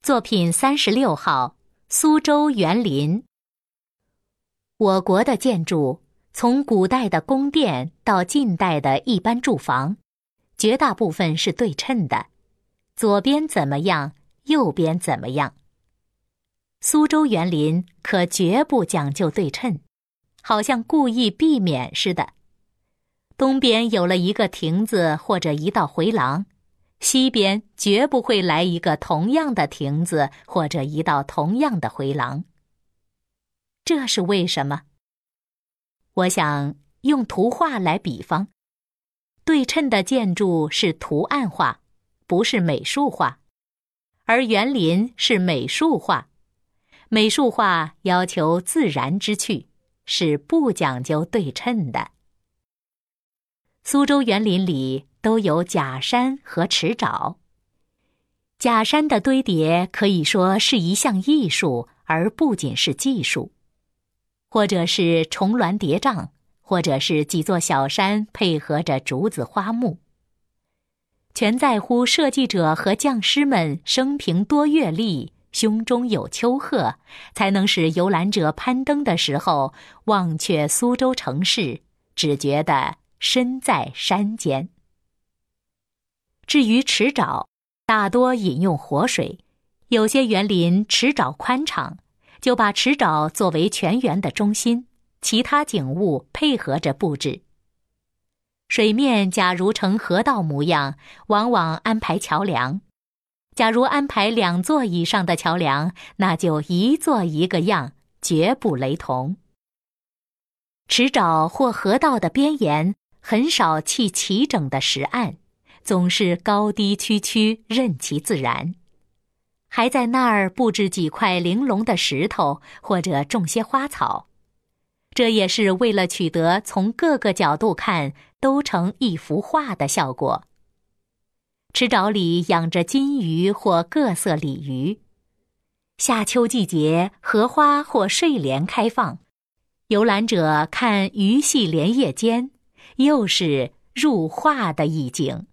作品36号，苏州园林。我国的建筑，从古代的宫殿到近代的一般住房，绝大部分是对称的，左边怎么样，右边怎么样。苏州园林可绝不讲究对称，好像故意避免似的。东边有了一个亭子或者一道回廊，西边绝不会来一个同样的亭子或者一道同样的回廊。这是为什么？我想用图画来比方，对称的建筑是图案化，不是美术化，而园林是美术化。美术化要求自然之趣，是不讲究对称的。苏州园林里都有假山和池沼。假山的堆叠可以说是一项艺术，而不仅是技术。或者是重峦叠嶂，或者是几座小山配合着竹子花木。全在乎设计者和匠师们生平多阅历，胸中有丘壑，才能使游览者攀登的时候忘却苏州城市，只觉得身在山间。至于池沼，大多引用活水，有些园林池沼宽敞，就把池沼作为全园的中心，其他景物配合着布置。水面假如呈河道模样，往往安排桥梁。假如安排2座以上的桥梁，那就一座一个样，绝不雷同。池沼或河道的边沿很少砌齐整的石岸，总是高低曲曲，任其自然。还在那儿布置几块玲珑的石头，或者种些花草，这也是为了取得从各个角度看都成一幅画的效果。池沼里养着金鱼或各色鲤鱼，夏秋季节荷花或睡莲开放，游览者看鱼戏莲叶间，又是入画的意境。